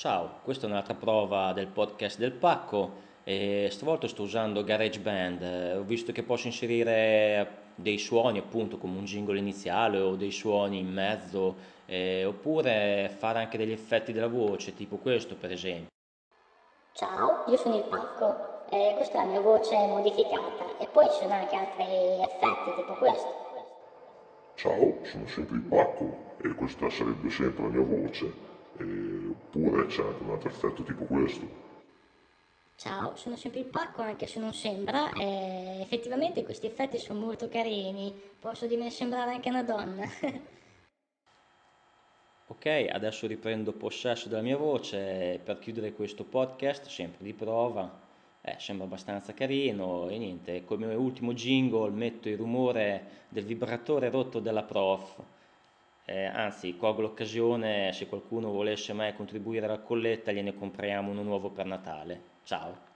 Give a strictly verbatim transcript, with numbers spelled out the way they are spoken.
Ciao, questa è un'altra prova del podcast del Pacco e stavolta sto usando GarageBand. Eh, Ho visto che posso inserire dei suoni appunto come un jingle iniziale o dei suoni in mezzo, eh, oppure fare anche degli effetti della voce, tipo questo per esempio. Ciao, io sono il Pacco, e questa è la mia voce modificata e poi ci sono anche altri effetti tipo questo. Ciao, sono sempre il Pacco e questa sarebbe sempre la mia voce. E- Oppure c'è anche un altro effetto tipo questo. Ciao, sono sempre il Pacco anche se non sembra e effettivamente questi effetti sono molto carini, posso di me sembrare anche una donna. Ok, adesso riprendo possesso della mia voce per chiudere questo podcast, sempre di prova. Eh, sembra abbastanza carino e niente, come ultimo jingle metto il rumore del vibratore rotto della prof. Eh, anzi, colgo l'occasione, se qualcuno volesse mai contribuire alla colletta, gliene compriamo uno nuovo per Natale. Ciao.